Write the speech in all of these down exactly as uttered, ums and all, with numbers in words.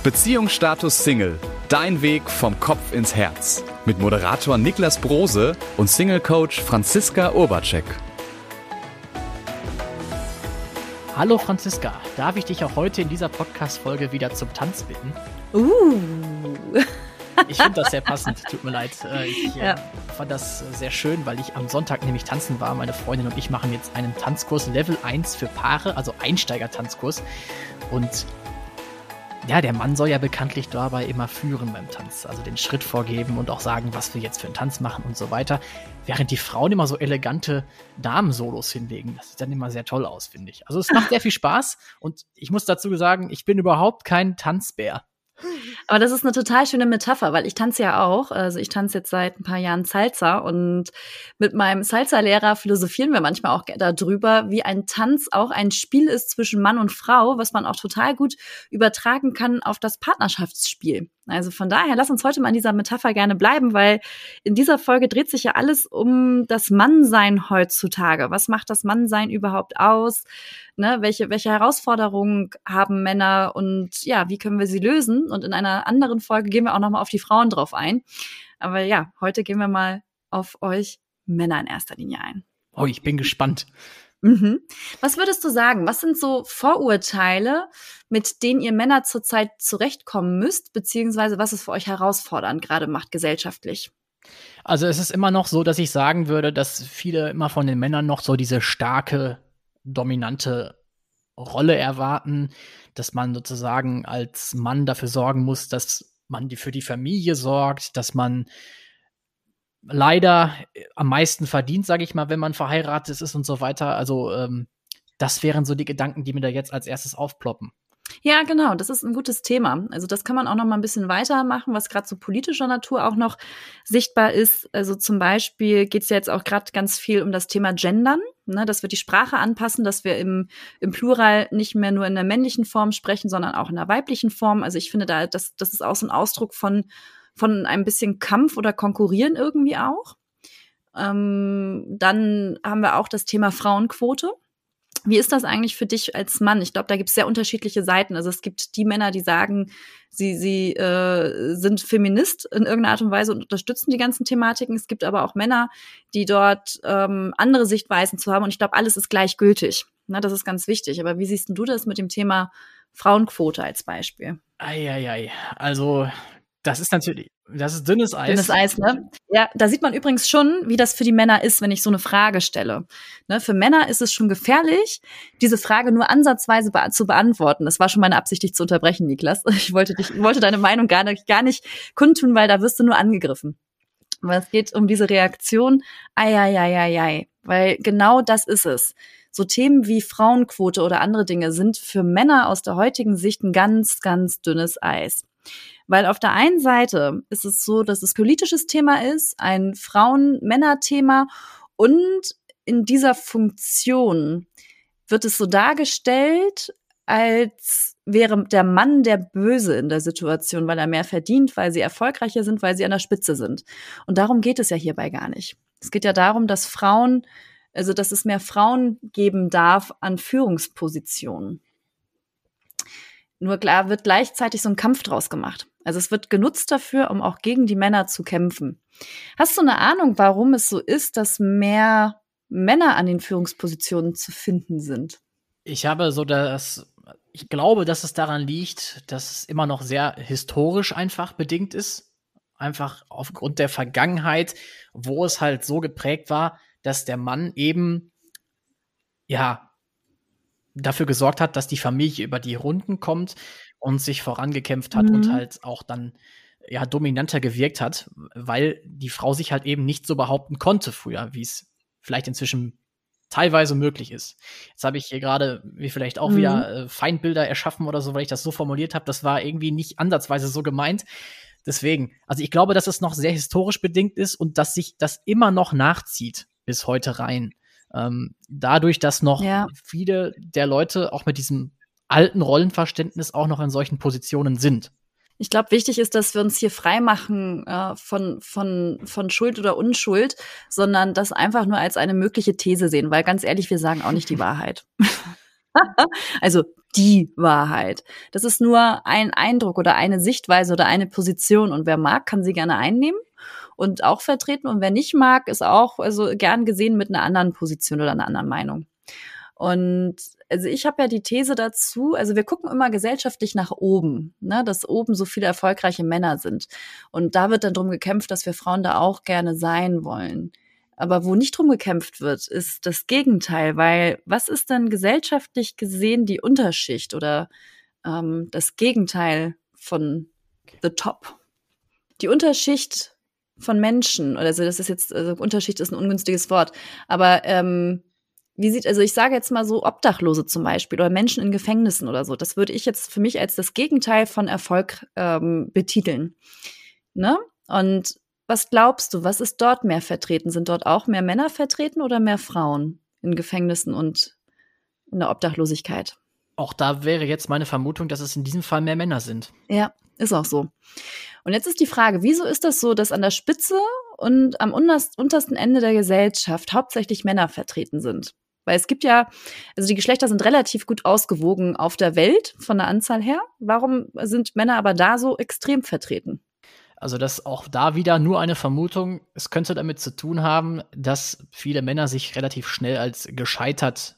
Beziehungsstatus Single. Dein Weg vom Kopf ins Herz. Mit Moderator Niklas Brose und Single-Coach Franziska Urbacek. Hallo Franziska, darf ich dich auch heute in dieser Podcast-Folge wieder zum Tanz bitten? Uh. Ich finde das sehr passend, tut mir leid. Ich ja. äh, fand das sehr schön, weil ich am Sonntag nämlich tanzen war. Meine Freundin und ich machen jetzt einen Tanzkurs Level eins für Paare, also Einsteiger-Tanzkurs. Und ja, der Mann soll ja bekanntlich dabei immer führen beim Tanz, also den Schritt vorgeben und auch sagen, was wir jetzt für einen Tanz machen und so weiter. Während die Frauen immer so elegante Damensolos hinlegen. Das sieht dann immer sehr toll aus, finde ich. Also es macht sehr viel Spaß und ich muss dazu sagen, ich bin überhaupt kein Tanzbär. Aber das ist eine total schöne Metapher, weil ich tanze ja auch. Also ich tanze jetzt seit ein paar Jahren Salsa und mit meinem Salsa-Lehrer philosophieren wir manchmal auch darüber, wie ein Tanz auch ein Spiel ist zwischen Mann und Frau, was man auch total gut übertragen kann auf das Partnerschaftsspiel. Also von daher, lass uns heute mal in dieser Metapher gerne bleiben, weil in dieser Folge dreht sich ja alles um das Mannsein heutzutage. Was macht das Mannsein überhaupt aus? Ne, welche, welche Herausforderungen haben Männer und ja, wie können wir sie lösen? Und in einer anderen Folge gehen wir auch nochmal auf die Frauen drauf ein. Aber ja, heute gehen wir mal auf euch Männer in erster Linie ein. Oh, ich bin gespannt. Mhm. Was würdest du sagen? Was sind so Vorurteile, mit denen ihr Männer zurzeit zurechtkommen müsst, beziehungsweise was es für euch herausfordernd gerade macht gesellschaftlich? Also es ist immer noch so, dass ich sagen würde, dass viele immer von den Männern noch so diese starke, dominante Rolle erwarten, dass man sozusagen als Mann dafür sorgen muss, dass man die für die Familie sorgt, dass man leider am meisten verdient, sage ich mal, wenn man verheiratet ist und so weiter. Also ähm, das wären so die Gedanken, die mir da jetzt als erstes aufploppen. Ja, genau, das ist ein gutes Thema. Also das kann man auch noch mal ein bisschen weitermachen, was gerade so politischer Natur auch noch sichtbar ist. Also zum Beispiel geht es ja jetzt auch gerade ganz viel um das Thema Gendern, ne, dass wir die Sprache anpassen, dass wir im, im Plural nicht mehr nur in der männlichen Form sprechen, sondern auch in der weiblichen Form. Also ich finde, da das, das ist auch so ein Ausdruck von, von ein bisschen Kampf oder Konkurrieren irgendwie auch. Ähm, dann haben wir auch das Thema Frauenquote. Wie ist das eigentlich für dich als Mann? Ich glaube, da gibt es sehr unterschiedliche Seiten. Also es gibt die Männer, die sagen, sie sie äh, sind Feminist in irgendeiner Art und Weise und unterstützen die ganzen Thematiken. Es gibt aber auch Männer, die dort ähm, andere Sichtweisen zu haben. Und ich glaube, alles ist gleichgültig. Ne, das ist ganz wichtig. Aber wie siehst denn du das mit dem Thema Frauenquote als Beispiel? Eieiei, also das ist natürlich, das ist dünnes Eis. Dünnes Eis, ne? Ja, da sieht man übrigens schon, wie das für die Männer ist, wenn ich so eine Frage stelle. Ne, für Männer ist es schon gefährlich, diese Frage nur ansatzweise be- zu beantworten. Das war schon meine Absicht, dich zu unterbrechen, Niklas. Ich wollte dich, wollte deine Meinung gar nicht, gar nicht kundtun, weil da wirst du nur angegriffen. Aber es geht um diese Reaktion, ei, ei, ei, ei, ei. Weil genau das ist es. So Themen wie Frauenquote oder andere Dinge sind für Männer aus der heutigen Sicht ein ganz, ganz dünnes Eis. Weil auf der einen Seite ist es so, dass es politisches Thema ist, ein Frauen-Männer-Thema und in dieser Funktion wird es so dargestellt, als wäre der Mann der Böse in der Situation, weil er mehr verdient, weil sie erfolgreicher sind, weil sie an der Spitze sind. Und darum geht es ja hierbei gar nicht. Es geht ja darum, dass Frauen, also dass es mehr Frauen geben darf an Führungspositionen. Nur klar wird gleichzeitig so ein Kampf draus gemacht. Also es wird genutzt dafür, um auch gegen die Männer zu kämpfen. Hast du eine Ahnung, warum es so ist, dass mehr Männer an den Führungspositionen zu finden sind? Ich habe so das, ich glaube, dass es daran liegt, dass es immer noch sehr historisch einfach bedingt ist. Einfach aufgrund der Vergangenheit, wo es halt so geprägt war, dass der Mann eben, ja, dafür gesorgt hat, dass die Familie über die Runden kommt und sich vorangekämpft hat mhm. und halt auch dann ja dominanter gewirkt hat, weil die Frau sich halt eben nicht so behaupten konnte früher, wie es vielleicht inzwischen teilweise möglich ist. Jetzt habe ich hier gerade wie vielleicht auch mhm. wieder äh, Feindbilder erschaffen oder so, weil ich das so formuliert habe. Das war irgendwie nicht ansatzweise so gemeint. Deswegen, also ich glaube, dass es noch sehr historisch bedingt ist und dass sich das immer noch nachzieht bis heute rein. Ähm, dadurch, dass noch ja. viele der Leute auch mit diesem alten Rollenverständnis auch noch in solchen Positionen sind. Ich glaube, wichtig ist, dass wir uns hier freimachen äh, von, von, von Schuld oder Unschuld, sondern das einfach nur als eine mögliche These sehen, weil ganz ehrlich, wir sagen auch nicht die Wahrheit. Also die Wahrheit. Das ist nur ein Eindruck oder eine Sichtweise oder eine Position. Und wer mag, kann sie gerne einnehmen und auch vertreten. Und wer nicht mag, ist auch also gern gesehen mit einer anderen Position oder einer anderen Meinung. Und also ich habe ja die These dazu, also wir gucken immer gesellschaftlich nach oben, ne, dass oben so viele erfolgreiche Männer sind. Und da wird dann drum gekämpft, dass wir Frauen da auch gerne sein wollen. Aber wo nicht drum gekämpft wird, ist das Gegenteil, weil was ist denn gesellschaftlich gesehen die Unterschicht oder ähm, das Gegenteil von the top? Die Unterschicht von Menschen, oder also das ist jetzt, also Unterschicht ist ein ungünstiges Wort, aber ähm, wie sieht, also ich sage jetzt mal so Obdachlose zum Beispiel oder Menschen in Gefängnissen oder so, das würde ich jetzt für mich als das Gegenteil von Erfolg ähm, betiteln. Ne? Und was glaubst du, was ist dort mehr vertreten? Sind dort auch mehr Männer vertreten oder mehr Frauen in Gefängnissen und in der Obdachlosigkeit? Auch da wäre jetzt meine Vermutung, dass es in diesem Fall mehr Männer sind. Ja, ist auch so. Und jetzt ist die Frage, wieso ist das so, dass an der Spitze und am untersten Ende der Gesellschaft hauptsächlich Männer vertreten sind? Weil es gibt ja, also die Geschlechter sind relativ gut ausgewogen auf der Welt von der Anzahl her. Warum sind Männer aber da so extrem vertreten? Also das auch da wieder nur eine Vermutung. Es könnte damit zu tun haben, dass viele Männer sich relativ schnell als gescheitert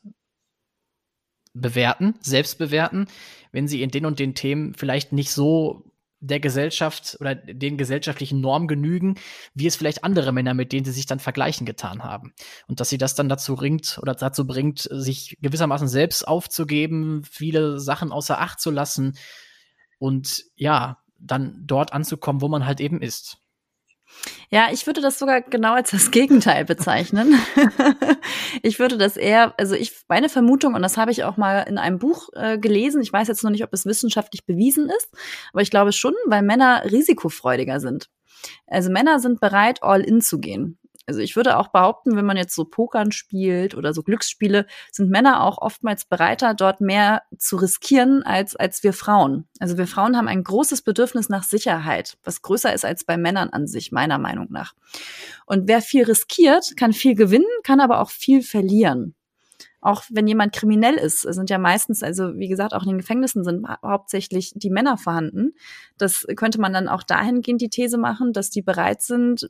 bewerten, selbst bewerten, wenn sie in den und den Themen vielleicht nicht so der Gesellschaft oder den gesellschaftlichen Normen genügen, wie es vielleicht andere Männer, mit denen sie sich dann vergleichen, getan haben. Und dass sie das dann dazu bringt oder dazu bringt, sich gewissermaßen selbst aufzugeben, viele Sachen außer Acht zu lassen und ja, dann dort anzukommen, wo man halt eben ist. Ja, ich würde das sogar genau als das Gegenteil bezeichnen. Ich würde das eher, also ich, meine Vermutung, und das habe ich auch mal in einem Buch äh, gelesen, ich weiß jetzt noch nicht, ob es wissenschaftlich bewiesen ist, aber ich glaube schon, weil Männer risikofreudiger sind. Also Männer sind bereit, all in zu gehen. Also ich würde auch behaupten, wenn man jetzt so Pokern spielt oder so Glücksspiele, sind Männer auch oftmals bereiter, dort mehr zu riskieren als als wir Frauen. Also wir Frauen haben ein großes Bedürfnis nach Sicherheit, was größer ist als bei Männern an sich, meiner Meinung nach. Und wer viel riskiert, kann viel gewinnen, kann aber auch viel verlieren. Auch wenn jemand kriminell ist, sind ja meistens, also wie gesagt, auch in den Gefängnissen sind hauptsächlich die Männer vorhanden. Das könnte man dann auch dahingehend die These machen, dass die bereit sind,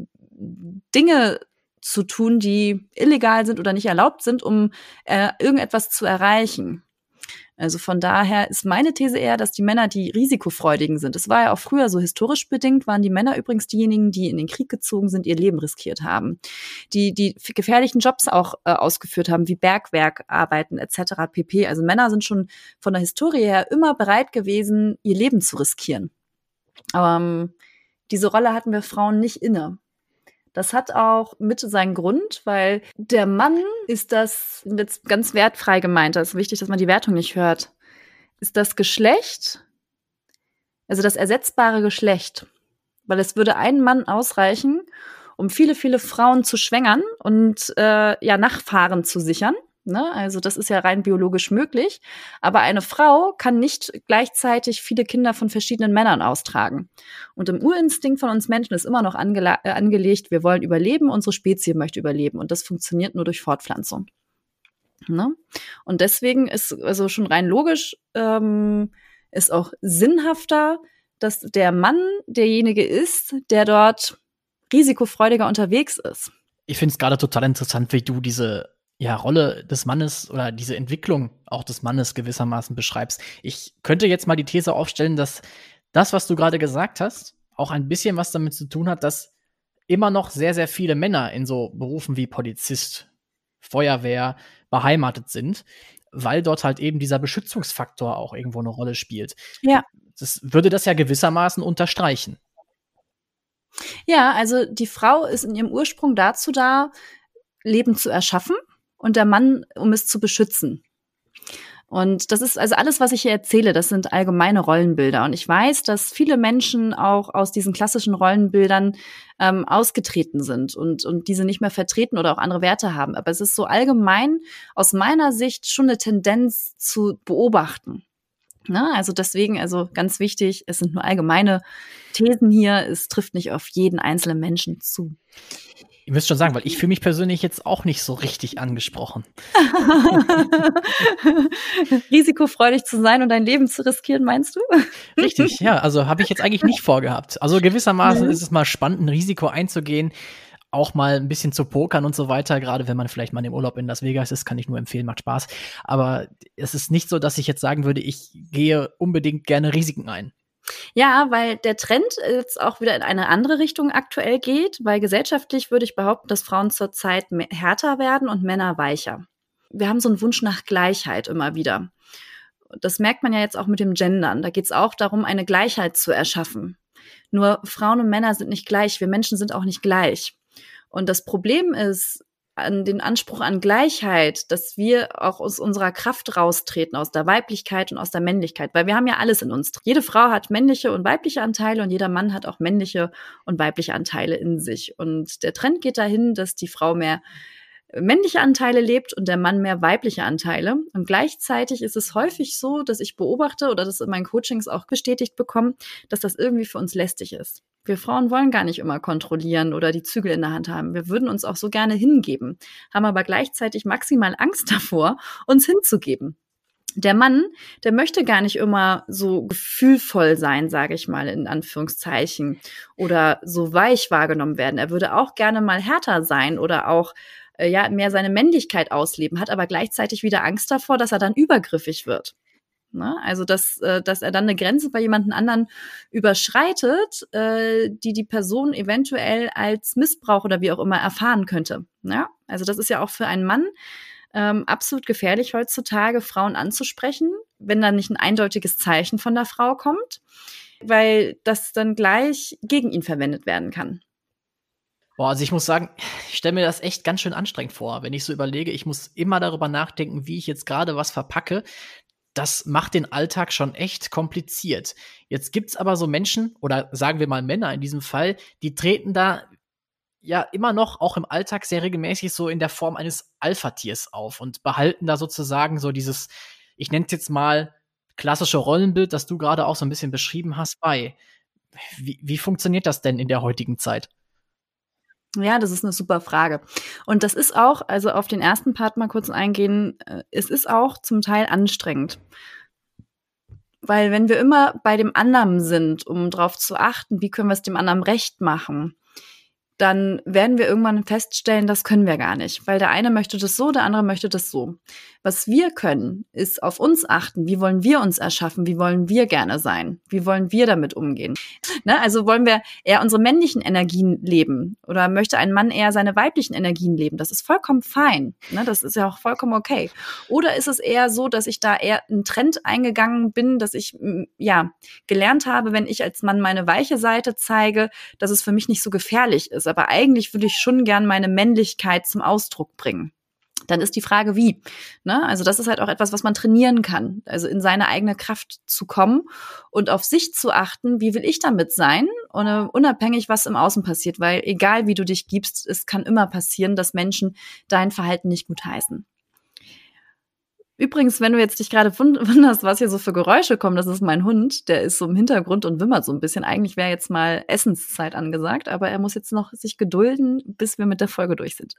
Dinge zu tun, die illegal sind oder nicht erlaubt sind, um äh, irgendetwas zu erreichen. Also von daher ist meine These eher, dass die Männer die Risikofreudigen sind. Es war ja auch früher so historisch bedingt, waren die Männer übrigens diejenigen, die in den Krieg gezogen sind, ihr Leben riskiert haben, die die gefährlichen Jobs auch äh, ausgeführt haben, wie Bergwerkarbeiten et cetera pp. Also Männer sind schon von der Historie her immer bereit gewesen, ihr Leben zu riskieren. Aber ähm, diese Rolle hatten wir Frauen nicht inne. Das hat auch mit seinen Grund, weil der Mann ist das, jetzt ganz wertfrei gemeint, das ist wichtig, dass man die Wertung nicht hört, ist das Geschlecht, also das ersetzbare Geschlecht. Weil es würde ein Mann ausreichen, um viele, viele Frauen zu schwängern und äh, ja Nachfahren zu sichern. Ne? Also das ist ja rein biologisch möglich. Aber eine Frau kann nicht gleichzeitig viele Kinder von verschiedenen Männern austragen. Und im Urinstinkt von uns Menschen ist immer noch angela- äh, angelegt, wir wollen überleben, unsere Spezies möchte überleben. Und das funktioniert nur durch Fortpflanzung. Ne? Und deswegen ist also schon rein logisch, ähm, ist auch sinnhafter, dass der Mann derjenige ist, der dort risikofreudiger unterwegs ist. Ich finde es gerade total interessant, wie du diese ja, Rolle des Mannes oder diese Entwicklung auch des Mannes gewissermaßen beschreibst. Ich könnte jetzt mal die These aufstellen, dass das, was du gerade gesagt hast, auch ein bisschen was damit zu tun hat, dass immer noch sehr, sehr viele Männer in so Berufen wie Polizist, Feuerwehr beheimatet sind, weil dort halt eben dieser Beschützungsfaktor auch irgendwo eine Rolle spielt. Ja. Das würde das ja gewissermaßen unterstreichen. Ja, also die Frau ist in ihrem Ursprung dazu da, Leben zu erschaffen und der Mann, um es zu beschützen. Und das ist also alles, was ich hier erzähle, das sind allgemeine Rollenbilder. Und ich weiß, dass viele Menschen auch aus diesen klassischen Rollenbildern ähm, ausgetreten sind und, und diese nicht mehr vertreten oder auch andere Werte haben. Aber es ist so allgemein aus meiner Sicht schon eine Tendenz zu beobachten. Na, also deswegen, also ganz wichtig, es sind nur allgemeine Thesen hier, es trifft nicht auf jeden einzelnen Menschen zu. Ihr müsst schon sagen, weil ich fühle mich persönlich jetzt auch nicht so richtig angesprochen. Risikofreudig zu sein und dein Leben zu riskieren, meinst du? Richtig, ja. Also habe ich jetzt eigentlich nicht vorgehabt. Also gewissermaßen ist es mal spannend, ein Risiko einzugehen, auch mal ein bisschen zu pokern und so weiter. Gerade wenn man vielleicht mal im Urlaub in Las Vegas ist, kann ich nur empfehlen, macht Spaß. Aber es ist nicht so, dass ich jetzt sagen würde, ich gehe unbedingt gerne Risiken ein. Ja, weil der Trend jetzt auch wieder in eine andere Richtung aktuell geht, weil gesellschaftlich würde ich behaupten, dass Frauen zurzeit härter werden und Männer weicher. Wir haben so einen Wunsch nach Gleichheit immer wieder. Das merkt man ja jetzt auch mit dem Gendern. Da geht es auch darum, eine Gleichheit zu erschaffen. Nur Frauen und Männer sind nicht gleich, wir Menschen sind auch nicht gleich. Und das Problem ist, an den Anspruch an Gleichheit, dass wir auch aus unserer Kraft raustreten, aus der Weiblichkeit und aus der Männlichkeit, weil wir haben ja alles in uns. Jede Frau hat männliche und weibliche Anteile und jeder Mann hat auch männliche und weibliche Anteile in sich. Und der Trend geht dahin, dass die Frau mehr männliche Anteile lebt und der Mann mehr weibliche Anteile. Und gleichzeitig ist es häufig so, dass ich beobachte oder das in meinen Coachings auch bestätigt bekomme, dass das irgendwie für uns lästig ist. Wir Frauen wollen gar nicht immer kontrollieren oder die Zügel in der Hand haben. Wir würden uns auch so gerne hingeben, haben aber gleichzeitig maximal Angst davor, uns hinzugeben. Der Mann, der möchte gar nicht immer so gefühlvoll sein, sage ich mal in Anführungszeichen, oder so weich wahrgenommen werden. Er würde auch gerne mal härter sein oder auch äh, ja mehr seine Männlichkeit ausleben, hat aber gleichzeitig wieder Angst davor, dass er dann übergriffig wird. Ne? Also, dass, äh, dass er dann eine Grenze bei jemandem anderen überschreitet, äh, die die Person eventuell als Missbrauch oder wie auch immer erfahren könnte. Ja? Also das ist ja auch für einen Mann ähm, absolut gefährlich heutzutage, Frauen anzusprechen, wenn dann nicht ein eindeutiges Zeichen von der Frau kommt, weil das dann gleich gegen ihn verwendet werden kann. Boah, also ich muss sagen, ich stelle mir das echt ganz schön anstrengend vor, wenn ich so überlege, ich muss immer darüber nachdenken, wie ich jetzt gerade was verpacke. Das macht den Alltag schon echt kompliziert. Jetzt gibt's aber so Menschen, oder sagen wir mal Männer in diesem Fall, die treten da ja immer noch auch im Alltag sehr regelmäßig so in der Form eines Alpha-Tiers auf und behalten da sozusagen so dieses, ich nenne es jetzt mal klassische Rollenbild, das du gerade auch so ein bisschen beschrieben hast, bei. Wie, wie funktioniert das denn in der heutigen Zeit? Ja, das ist eine super Frage. Und das ist auch, also auf den ersten Part mal kurz eingehen, es ist auch zum Teil anstrengend. Weil wenn wir immer bei dem anderen sind, um darauf zu achten, wie können wir es dem anderen recht machen, dann werden wir irgendwann feststellen, das können wir gar nicht. Weil der eine möchte das so, der andere möchte das so. Was wir können, ist auf uns achten. Wie wollen wir uns erschaffen? Wie wollen wir gerne sein? Wie wollen wir damit umgehen? Ne? Also wollen wir eher unsere männlichen Energien leben? Oder möchte ein Mann eher seine weiblichen Energien leben? Das ist vollkommen fein. Ne? Das ist ja auch vollkommen okay. Oder ist es eher so, dass ich da eher einen Trend eingegangen bin, dass ich ja gelernt habe, wenn ich als Mann meine weiche Seite zeige, dass es für mich nicht so gefährlich ist. Aber eigentlich würde ich schon gern meine Männlichkeit zum Ausdruck bringen. Dann ist die Frage, wie. Ne? Also das ist halt auch etwas, was man trainieren kann. Also in seine eigene Kraft zu kommen und auf sich zu achten, wie will ich damit sein? Und uh, unabhängig, was im Außen passiert. Weil egal, wie du dich gibst, es kann immer passieren, dass Menschen dein Verhalten nicht gutheißen. Übrigens, wenn du jetzt dich gerade wunderst, was hier so für Geräusche kommen, das ist mein Hund, der ist so im Hintergrund und wimmert so ein bisschen. Eigentlich wäre jetzt mal Essenszeit angesagt, aber er muss jetzt noch sich gedulden, bis wir mit der Folge durch sind.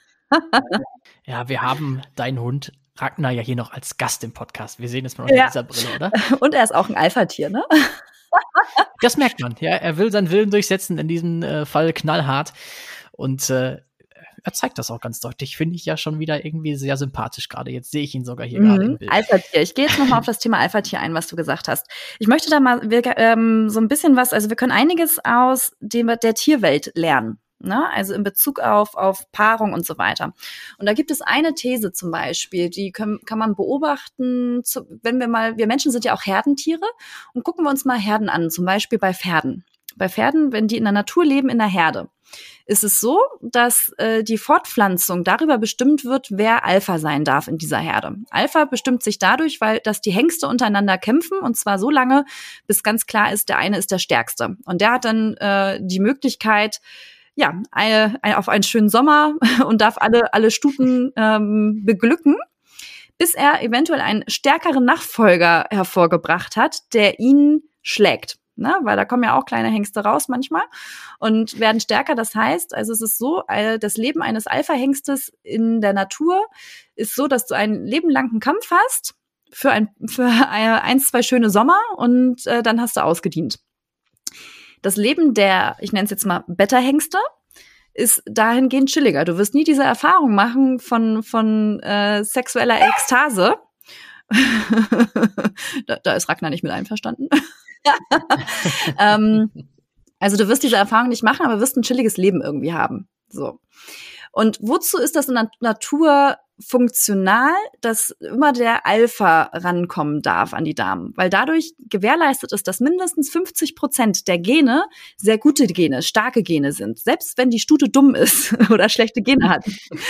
Ja, wir haben deinen Hund Ragnar ja hier noch als Gast im Podcast. Wir sehen es mal unter Ja. dieser Brille, oder? Und er ist auch ein Alpha-Tier, ne? Das merkt man. Ja, er will seinen Willen durchsetzen, in diesem äh, Fall knallhart. Und äh, er zeigt das auch ganz deutlich. Finde ich ja schon wieder irgendwie sehr sympathisch gerade. Jetzt sehe ich ihn sogar hier mhm. gerade im Bild. Alpha-Tier. Ich gehe jetzt noch mal auf das Thema Alpha-Tier ein, was du gesagt hast. Ich möchte da mal wir, ähm, so ein bisschen was, also wir können einiges aus dem, der Tierwelt lernen. Ne? Also in Bezug auf, auf Paarung und so weiter. Und da gibt es eine These zum Beispiel, die können, kann man beobachten, zu, wenn wir mal, wir Menschen sind ja auch Herdentiere und gucken wir uns mal Herden an, zum Beispiel bei Pferden. Bei Pferden, wenn die in der Natur leben, in der Herde, ist es so, dass äh, die Fortpflanzung darüber bestimmt wird, wer Alpha sein darf in dieser Herde. Alpha bestimmt sich dadurch, weil dass die Hengste untereinander kämpfen und zwar so lange, bis ganz klar ist, der eine ist der Stärkste. Und der hat dann äh, die Möglichkeit, ja, eine, eine, auf einen schönen Sommer und darf alle, alle Stuten ähm, beglücken, bis er eventuell einen stärkeren Nachfolger hervorgebracht hat, der ihn schlägt. ne? Weil da kommen ja auch kleine Hengste raus manchmal und werden stärker. Das heißt, also es ist so, das Leben eines Alpha-Hengstes in der Natur ist so, dass du ein Leben lang einen Kampf hast für ein für ein, zwei schöne Sommer und äh, dann hast du ausgedient. Das Leben der, ich nenne es jetzt mal Beta-Hengste, ist dahingehend chilliger. Du wirst nie diese Erfahrung machen von von äh, sexueller Ekstase. da, da ist Ragnar nicht mit einverstanden. ähm, also du wirst diese Erfahrung nicht machen, aber wirst ein chilliges Leben irgendwie haben. So. Und wozu ist das in der Natur funktional, dass immer der Alpha rankommen darf an die Damen? Weil dadurch gewährleistet ist, dass mindestens fünfzig Prozent der Gene sehr gute Gene, starke Gene sind. Selbst wenn die Stute dumm ist oder schlechte Gene hat.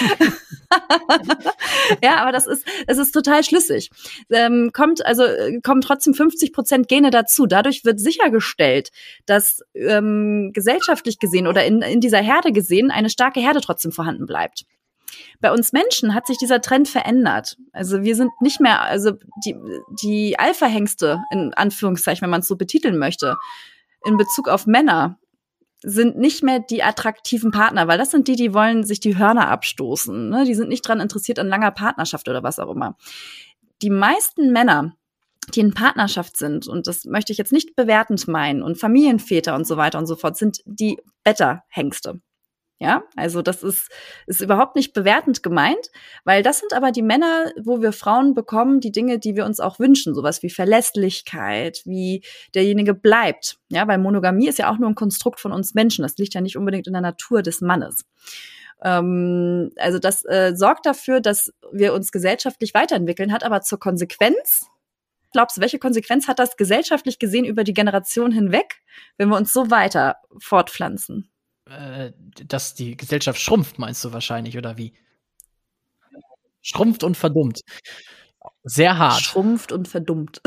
Ja, aber das ist, es ist total schlüssig. Ähm, kommt, also, kommen trotzdem fünfzig Prozent Gene dazu. Dadurch wird sichergestellt, dass ähm, gesellschaftlich gesehen oder in, in dieser Herde gesehen eine starke Herde trotzdem vorhanden bleibt. Bei uns Menschen hat sich dieser Trend verändert. Also wir sind nicht mehr, also die, die Alpha-Hengste, in Anführungszeichen, wenn man es so betiteln möchte, in Bezug auf Männer, sind nicht mehr die attraktiven Partner, weil das sind die, die wollen sich die Hörner abstoßen. Ne? Die sind nicht dran interessiert an langer Partnerschaft oder was auch immer. Die meisten Männer, die in Partnerschaft sind, und das möchte ich jetzt nicht bewertend meinen, und Familienväter und so weiter und so fort, sind die Beta-Hengste. Ja, also das ist, ist überhaupt nicht bewertend gemeint, weil das sind aber die Männer, wo wir Frauen bekommen, die Dinge, die wir uns auch wünschen, sowas wie Verlässlichkeit, wie derjenige bleibt. Ja, weil Monogamie ist ja auch nur ein Konstrukt von uns Menschen. Das liegt ja nicht unbedingt in der Natur des Mannes. Ähm, also das äh, sorgt dafür, dass wir uns gesellschaftlich weiterentwickeln, hat aber zur Konsequenz, glaubst du, welche Konsequenz hat das gesellschaftlich gesehen über die Generation hinweg, wenn wir uns so weiter fortpflanzen? Dass die Gesellschaft schrumpft, meinst du wahrscheinlich, oder wie? Schrumpft und verdummt. Sehr hart. Schrumpft und verdummt.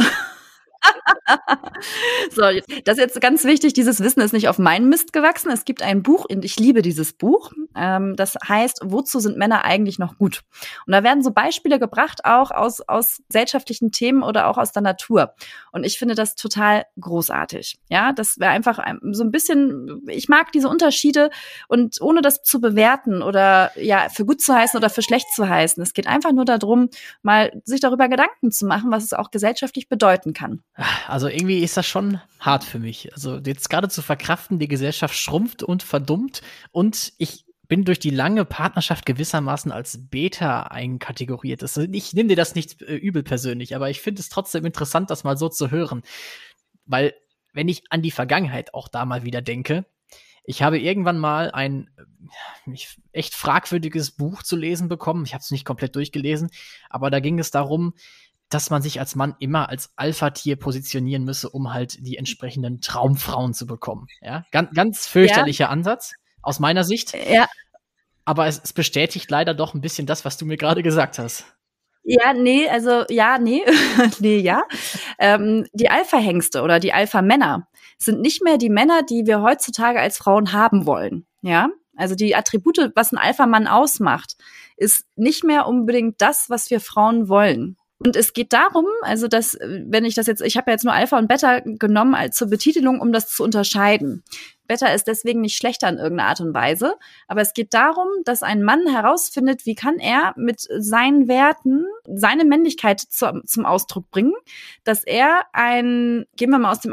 So, das ist jetzt ganz wichtig, dieses Wissen ist nicht auf meinen Mist gewachsen. Es gibt ein Buch, und ich liebe dieses Buch, ähm, das heißt, wozu sind Männer eigentlich noch gut? Und da werden so Beispiele gebracht, auch aus, aus gesellschaftlichen Themen oder auch aus der Natur. Und ich finde das total großartig. Ja, das wäre einfach so ein bisschen, ich mag diese Unterschiede und ohne das zu bewerten oder ja für gut zu heißen oder für schlecht zu heißen. Es geht einfach nur darum, mal sich darüber Gedanken zu machen, was es auch gesellschaftlich bedeuten kann. Also irgendwie ist das schon hart für mich. Also jetzt gerade zu verkraften, die Gesellschaft schrumpft und verdummt und ich bin durch die lange Partnerschaft gewissermaßen als Beta einkategoriert. Also ich nehme dir das nicht äh, übel persönlich, aber ich finde es trotzdem interessant, das mal so zu hören. Weil wenn ich an die Vergangenheit auch da mal wieder denke, ich habe irgendwann mal ein äh, echt fragwürdiges Buch zu lesen bekommen. Ich habe es nicht komplett durchgelesen, aber da ging es darum, dass man sich als Mann immer als Alpha-Tier positionieren müsse, um halt die entsprechenden Traumfrauen zu bekommen. Ja, ganz, ganz fürchterlicher ja. Ansatz aus meiner Sicht. Ja. Aber es, es bestätigt leider doch ein bisschen das, was du mir gerade gesagt hast. Ja, nee, also ja, nee, nee, ja. Ähm, die Alpha-Hengste oder die Alpha-Männer sind nicht mehr die Männer, die wir heutzutage als Frauen haben wollen. Ja, also die Attribute, was ein Alpha-Mann ausmacht, ist nicht mehr unbedingt das, was wir Frauen wollen. Und es geht darum, also dass, wenn ich das jetzt, ich habe ja jetzt nur Alpha und Beta genommen als zur Betitelung, um das zu unterscheiden. Beta ist deswegen nicht schlechter in irgendeiner Art und Weise, aber es geht darum, dass ein Mann herausfindet, wie kann er mit seinen Werten seine Männlichkeit zu, zum Ausdruck bringen, dass er ein, gehen wir mal aus dem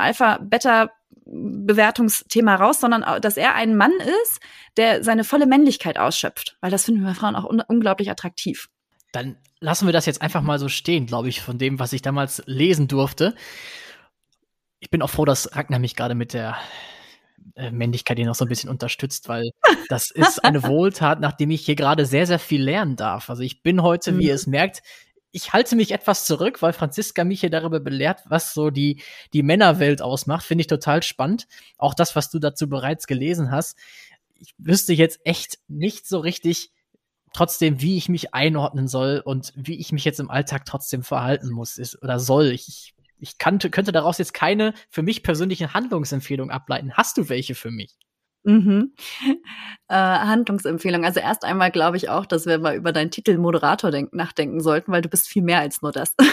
Alpha-Beta-Bewertungsthema raus, sondern dass er ein Mann ist, der seine volle Männlichkeit ausschöpft, weil das finden wir Frauen auch un- unglaublich attraktiv. Dann lassen wir das jetzt einfach mal so stehen, glaube ich, von dem, was ich damals lesen durfte. Ich bin auch froh, dass Ragnar mich gerade mit der äh, Männlichkeit hier noch so ein bisschen unterstützt, weil das ist eine Wohltat, nachdem ich hier gerade sehr, sehr viel lernen darf. Also ich bin heute, mhm. wie ihr es merkt, ich halte mich etwas zurück, weil Franziska mich hier darüber belehrt, was so die, die Männerwelt ausmacht. Finde ich total spannend. Auch das, was du dazu bereits gelesen hast. Ich wüsste jetzt echt nicht so richtig, trotzdem, wie ich mich einordnen soll und wie ich mich jetzt im Alltag trotzdem verhalten muss ist, oder soll. Ich, ich kannte, könnte daraus jetzt keine für mich persönlichen Handlungsempfehlungen ableiten. Hast du welche für mich? Mhm. Äh, Handlungsempfehlung. Also erst einmal glaube ich auch, dass wir mal über deinen Titel Moderator denk- nachdenken sollten, weil du bist viel mehr als nur das.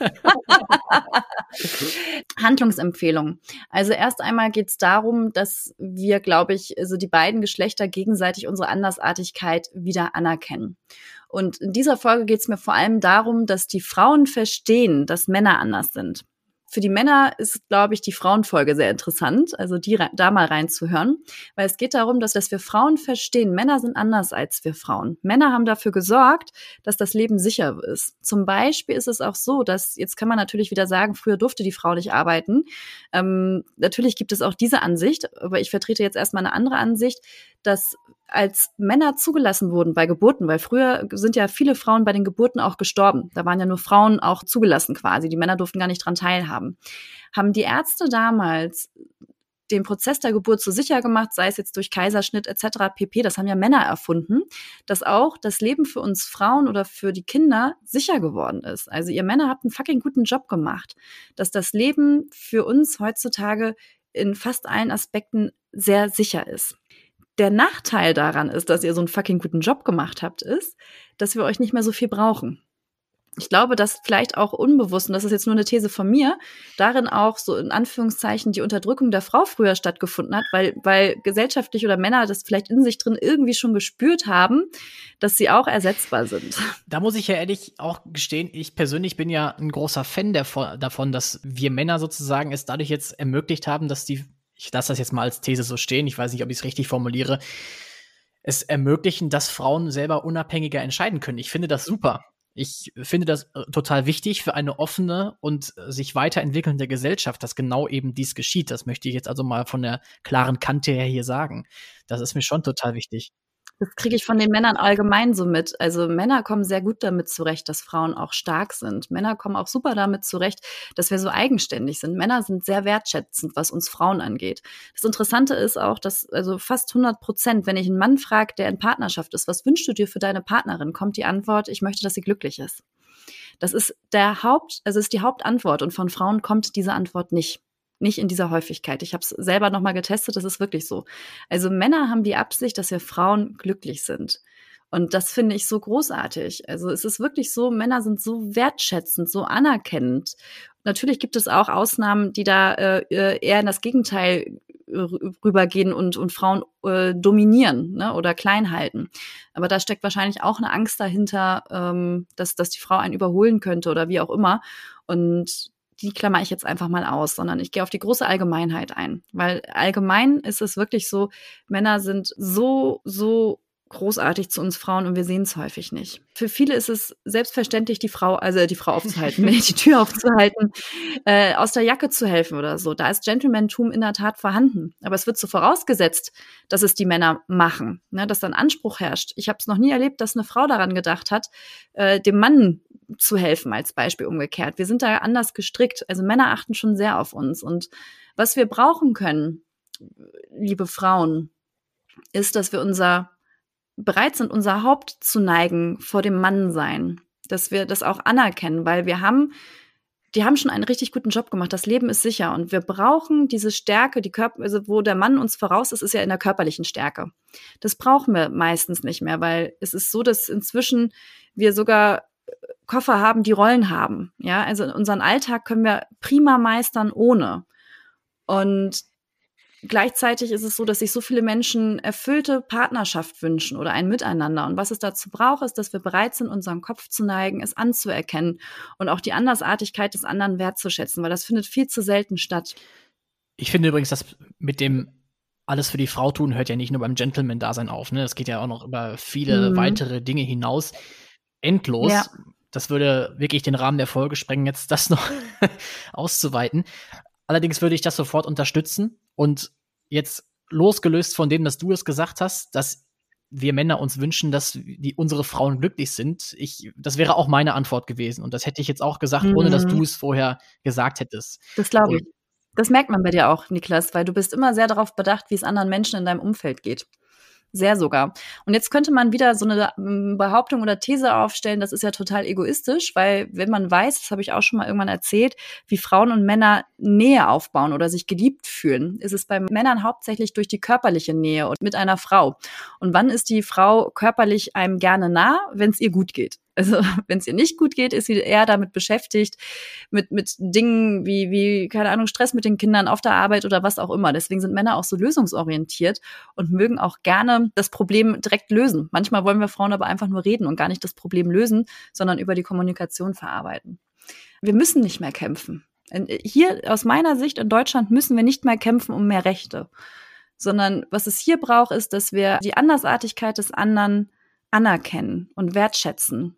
Handlungsempfehlung. Also erst einmal geht es darum, dass wir, glaube ich, also die beiden Geschlechter gegenseitig unsere Andersartigkeit wieder anerkennen. Und in dieser Folge geht es mir vor allem darum, dass die Frauen verstehen, dass Männer anders sind. Für die Männer ist, glaube ich, die Frauenfolge sehr interessant, also die da mal reinzuhören, weil es geht darum, dass, dass wir Frauen verstehen, Männer sind anders als wir Frauen. Männer haben dafür gesorgt, dass das Leben sicher ist. Zum Beispiel ist es auch so, dass, jetzt kann man natürlich wieder sagen, früher durfte die Frau nicht arbeiten. Ähm, natürlich gibt es auch diese Ansicht, aber ich vertrete jetzt erstmal eine andere Ansicht, dass als Männer zugelassen wurden bei Geburten, weil früher sind ja viele Frauen bei den Geburten auch gestorben. Da waren ja nur Frauen auch zugelassen quasi. Die Männer durften gar nicht dran teilhaben. Haben die Ärzte damals den Prozess der Geburt so sicher gemacht, sei es jetzt durch Kaiserschnitt et cetera pp., das haben ja Männer erfunden, dass auch das Leben für uns Frauen oder für die Kinder sicher geworden ist. Also ihr Männer habt einen fucking guten Job gemacht, dass das Leben für uns heutzutage in fast allen Aspekten sehr sicher ist. Der Nachteil daran ist, dass ihr so einen fucking guten Job gemacht habt, ist, dass wir euch nicht mehr so viel brauchen. Ich glaube, dass vielleicht auch unbewusst, und das ist jetzt nur eine These von mir, darin auch so in Anführungszeichen die Unterdrückung der Frau früher stattgefunden hat, weil, weil gesellschaftlich oder Männer das vielleicht in sich drin irgendwie schon gespürt haben, dass sie auch ersetzbar sind. Da muss ich ja ehrlich auch gestehen, ich persönlich bin ja ein großer Fan davon, dass wir Männer sozusagen es dadurch jetzt ermöglicht haben, dass die, ich lasse das jetzt mal als These so stehen, ich weiß nicht, ob ich es richtig formuliere, es ermöglichen, dass Frauen selber unabhängiger entscheiden können. Ich finde das super. Ich finde das total wichtig für eine offene und sich weiterentwickelnde Gesellschaft, dass genau eben dies geschieht. Das möchte ich jetzt also mal von der klaren Kante her hier sagen. Das ist mir schon total wichtig. Das kriege ich von den Männern allgemein so mit. Also Männer kommen sehr gut damit zurecht, dass Frauen auch stark sind. Männer kommen auch super damit zurecht, dass wir so eigenständig sind. Männer sind sehr wertschätzend, was uns Frauen angeht. Das Interessante ist auch, dass also fast hundert Prozent, wenn ich einen Mann frage, der in Partnerschaft ist, was wünschst du dir für deine Partnerin, kommt die Antwort, ich möchte, dass sie glücklich ist. Das ist der Haupt, also ist die Hauptantwort und von Frauen kommt diese Antwort nicht. Nicht in dieser Häufigkeit. Ich habe es selber nochmal getestet, das ist wirklich so. Also Männer haben die Absicht, dass wir Frauen glücklich sind. Und das finde ich so großartig. Also es ist wirklich so, Männer sind so wertschätzend, so anerkennend. Natürlich gibt es auch Ausnahmen, die da äh, eher in das Gegenteil rübergehen und, und Frauen äh, dominieren, ne, oder klein halten. Aber da steckt wahrscheinlich auch eine Angst dahinter, ähm, dass, dass die Frau einen überholen könnte oder wie auch immer. Und die klammer ich jetzt einfach mal aus, sondern ich gehe auf die große Allgemeinheit ein. Weil allgemein ist es wirklich so, Männer sind so, so großartig zu uns Frauen und wir sehen es häufig nicht. Für viele ist es selbstverständlich, die Frau, also die Frau aufzuhalten, die Tür aufzuhalten, äh, aus der Jacke zu helfen oder so. Da ist Gentlemantum in der Tat vorhanden. Aber es wird so vorausgesetzt, dass es die Männer machen, ne, dass dann Anspruch herrscht. Ich habe es noch nie erlebt, dass eine Frau daran gedacht hat, äh, dem Mann zu helfen, als Beispiel umgekehrt. Wir sind da anders gestrickt. Also Männer achten schon sehr auf uns. Und was wir brauchen können, liebe Frauen, ist, dass wir unser bereit sind, unser Haupt zu neigen vor dem Mannsein. Dass wir das auch anerkennen, weil wir haben, die haben schon einen richtig guten Job gemacht. Das Leben ist sicher und wir brauchen diese Stärke, die Körper, also wo der Mann uns voraus ist, ist ja in der körperlichen Stärke. Das brauchen wir meistens nicht mehr, weil es ist so, dass inzwischen wir sogar Koffer haben, die Rollen haben. Ja, also unseren Alltag können wir prima meistern ohne. Und gleichzeitig ist es so, dass sich so viele Menschen erfüllte Partnerschaft wünschen oder ein Miteinander. Und was es dazu braucht, ist, dass wir bereit sind, unseren Kopf zu neigen, es anzuerkennen und auch die Andersartigkeit des anderen wertzuschätzen, weil das findet viel zu selten statt. Ich finde übrigens, dass mit dem alles für die Frau tun hört ja nicht nur beim Gentleman-Dasein auf. Ne? Das geht ja auch noch über viele mhm. weitere Dinge hinaus. Endlos. Ja. Das würde wirklich den Rahmen der Folge sprengen, jetzt das noch auszuweiten. Allerdings würde ich das sofort unterstützen und jetzt losgelöst von dem, dass du es gesagt hast, dass wir Männer uns wünschen, dass die, unsere Frauen glücklich sind. Ich, das wäre auch meine Antwort gewesen und das hätte ich jetzt auch gesagt, mhm. ohne dass du es vorher gesagt hättest. Das glaube ich. Das merkt man bei dir auch, Niklas, weil du bist immer sehr darauf bedacht, wie es anderen Menschen in deinem Umfeld geht. Sehr sogar. Und jetzt könnte man wieder so eine Behauptung oder These aufstellen, das ist ja total egoistisch, weil wenn man weiß, das habe ich auch schon mal irgendwann erzählt, wie Frauen und Männer Nähe aufbauen oder sich geliebt fühlen, ist es bei Männern hauptsächlich durch die körperliche Nähe und mit einer Frau. Und wann ist die Frau körperlich einem gerne nah? Wenn es ihr gut geht. Also wenn es ihr nicht gut geht, ist sie eher damit beschäftigt, mit mit Dingen wie, wie keine Ahnung, Stress mit den Kindern auf der Arbeit oder was auch immer. Deswegen sind Männer auch so lösungsorientiert und mögen auch gerne das Problem direkt lösen. Manchmal wollen wir Frauen aber einfach nur reden und gar nicht das Problem lösen, sondern über die Kommunikation verarbeiten. Wir müssen nicht mehr kämpfen. Hier aus meiner Sicht in Deutschland müssen wir nicht mehr kämpfen um mehr Rechte, sondern was es hier braucht, ist, dass wir die Andersartigkeit des anderen anerkennen und wertschätzen.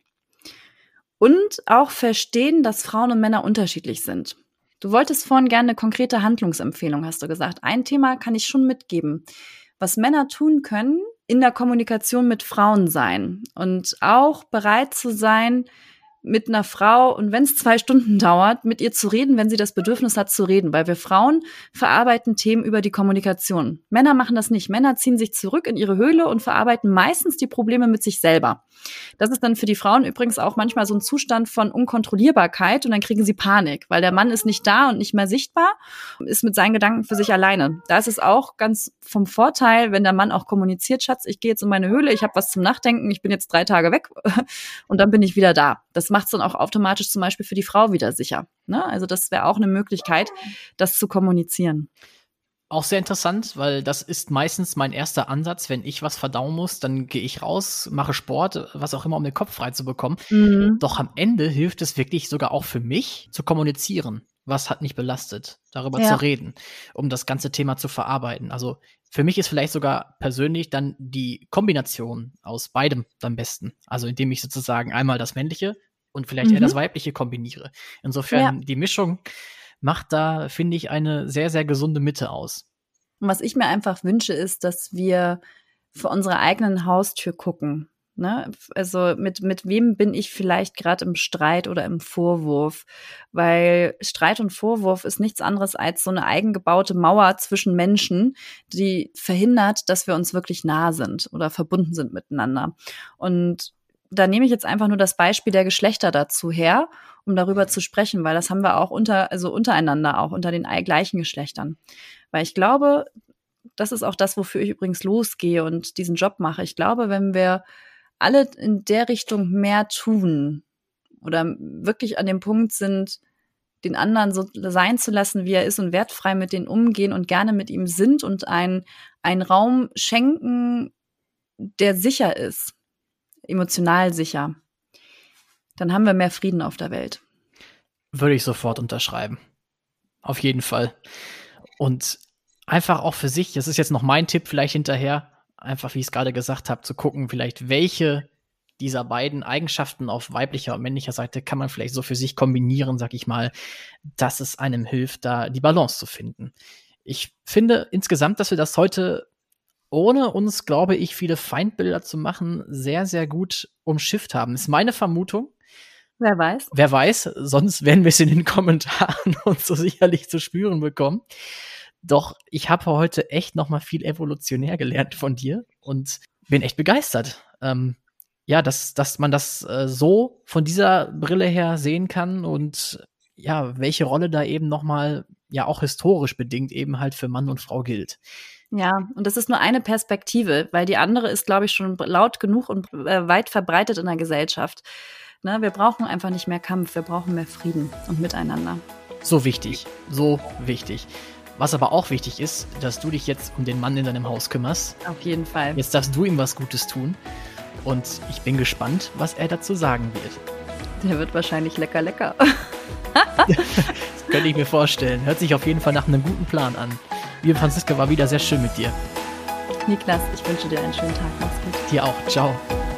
Und auch verstehen, dass Frauen und Männer unterschiedlich sind. Du wolltest vorhin gerne eine konkrete Handlungsempfehlung, hast du gesagt. Ein Thema kann ich schon mitgeben. Was Männer tun können, in der Kommunikation mit Frauen sein und auch bereit zu sein, mit einer Frau, und wenn es zwei Stunden dauert, mit ihr zu reden, wenn sie das Bedürfnis hat zu reden. Weil wir Frauen verarbeiten Themen über die Kommunikation. Männer machen das nicht. Männer ziehen sich zurück in ihre Höhle und verarbeiten meistens die Probleme mit sich selber. Das ist dann für die Frauen übrigens auch manchmal so ein Zustand von Unkontrollierbarkeit und dann kriegen sie Panik, weil der Mann ist nicht da und nicht mehr sichtbar, ist mit seinen Gedanken für sich alleine. Da ist es auch ganz vom Vorteil, wenn der Mann auch kommuniziert, Schatz, ich gehe jetzt in meine Höhle, ich habe was zum Nachdenken, ich bin jetzt drei Tage weg und dann bin ich wieder da. Das macht es dann auch automatisch zum Beispiel für die Frau wieder sicher. Ne? Also das wäre auch eine Möglichkeit, das zu kommunizieren. Auch sehr interessant, weil das ist meistens mein erster Ansatz. Wenn ich was verdauen muss, dann gehe ich raus, mache Sport, was auch immer, um den Kopf frei zu bekommen. Mhm. Doch am Ende hilft es wirklich sogar auch für mich zu kommunizieren. Was hat mich belastet, darüber ja. zu reden, um das ganze Thema zu verarbeiten. Also für mich ist vielleicht sogar persönlich dann die Kombination aus beidem am besten. Also indem ich sozusagen einmal das Männliche und vielleicht mhm. eher das Weibliche kombiniere. Insofern ja. die Mischung macht da, finde ich, eine sehr, sehr gesunde Mitte aus. Und was ich mir einfach wünsche, ist, dass wir vor unserer eigenen Haustür gucken. Ne? Also mit, mit wem bin ich vielleicht gerade im Streit oder im Vorwurf? Weil Streit und Vorwurf ist nichts anderes als so eine eigengebaute Mauer zwischen Menschen, die verhindert, dass wir uns wirklich nah sind oder verbunden sind miteinander. Und da nehme ich jetzt einfach nur das Beispiel der Geschlechter dazu her, um darüber zu sprechen, weil das haben wir auch unter, also untereinander, auch unter den gleichen Geschlechtern. Weil ich glaube, das ist auch das, wofür ich übrigens losgehe und diesen Job mache. Ich glaube, wenn wir alle in der Richtung mehr tun oder wirklich an dem Punkt sind, den anderen so sein zu lassen, wie er ist und wertfrei mit denen umgehen und gerne mit ihm sind und einen, einen Raum schenken, der sicher ist, emotional sicher, dann haben wir mehr Frieden auf der Welt. Würde ich sofort unterschreiben. Auf jeden Fall. Und einfach auch für sich, das ist jetzt noch mein Tipp vielleicht hinterher, einfach wie ich es gerade gesagt habe, zu gucken, vielleicht welche dieser beiden Eigenschaften auf weiblicher und männlicher Seite kann man vielleicht so für sich kombinieren, sag ich mal, dass es einem hilft, da die Balance zu finden. Ich finde insgesamt, dass wir das heute, ohne uns, glaube ich, viele Feindbilder zu machen, sehr, sehr gut umschifft haben. Ist meine Vermutung. Wer weiß. Wer weiß, sonst werden wir es in den Kommentaren uns so sicherlich zu spüren bekommen. Doch ich habe heute echt noch mal viel evolutionär gelernt von dir und bin echt begeistert. Ähm, ja, dass, dass man das äh, so von dieser Brille her sehen kann und ja, welche Rolle da eben noch mal, ja auch historisch bedingt eben halt für Mann und Frau gilt. Ja, und das ist nur eine Perspektive, weil die andere ist, glaube ich, schon laut genug und äh, weit verbreitet in der Gesellschaft. Ne, wir brauchen einfach nicht mehr Kampf, wir brauchen mehr Frieden und Miteinander. So wichtig, so wichtig. Was aber auch wichtig ist, dass du dich jetzt um den Mann in deinem Haus kümmerst. Auf jeden Fall. Jetzt darfst du ihm was Gutes tun. Und ich bin gespannt, was er dazu sagen wird. Der wird wahrscheinlich lecker, lecker. Das könnte ich mir vorstellen. Hört sich auf jeden Fall nach einem guten Plan an. Liebe Franziska, war wieder sehr schön mit dir. Niklas, ich wünsche dir einen schönen Tag. Mach's gut. Dir auch. Ciao.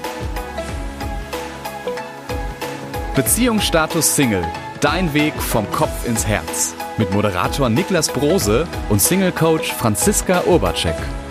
Beziehungsstatus Single. Dein Weg vom Kopf ins Herz. Mit Moderator Niklas Brose und Single-Coach Franziska Urbacek.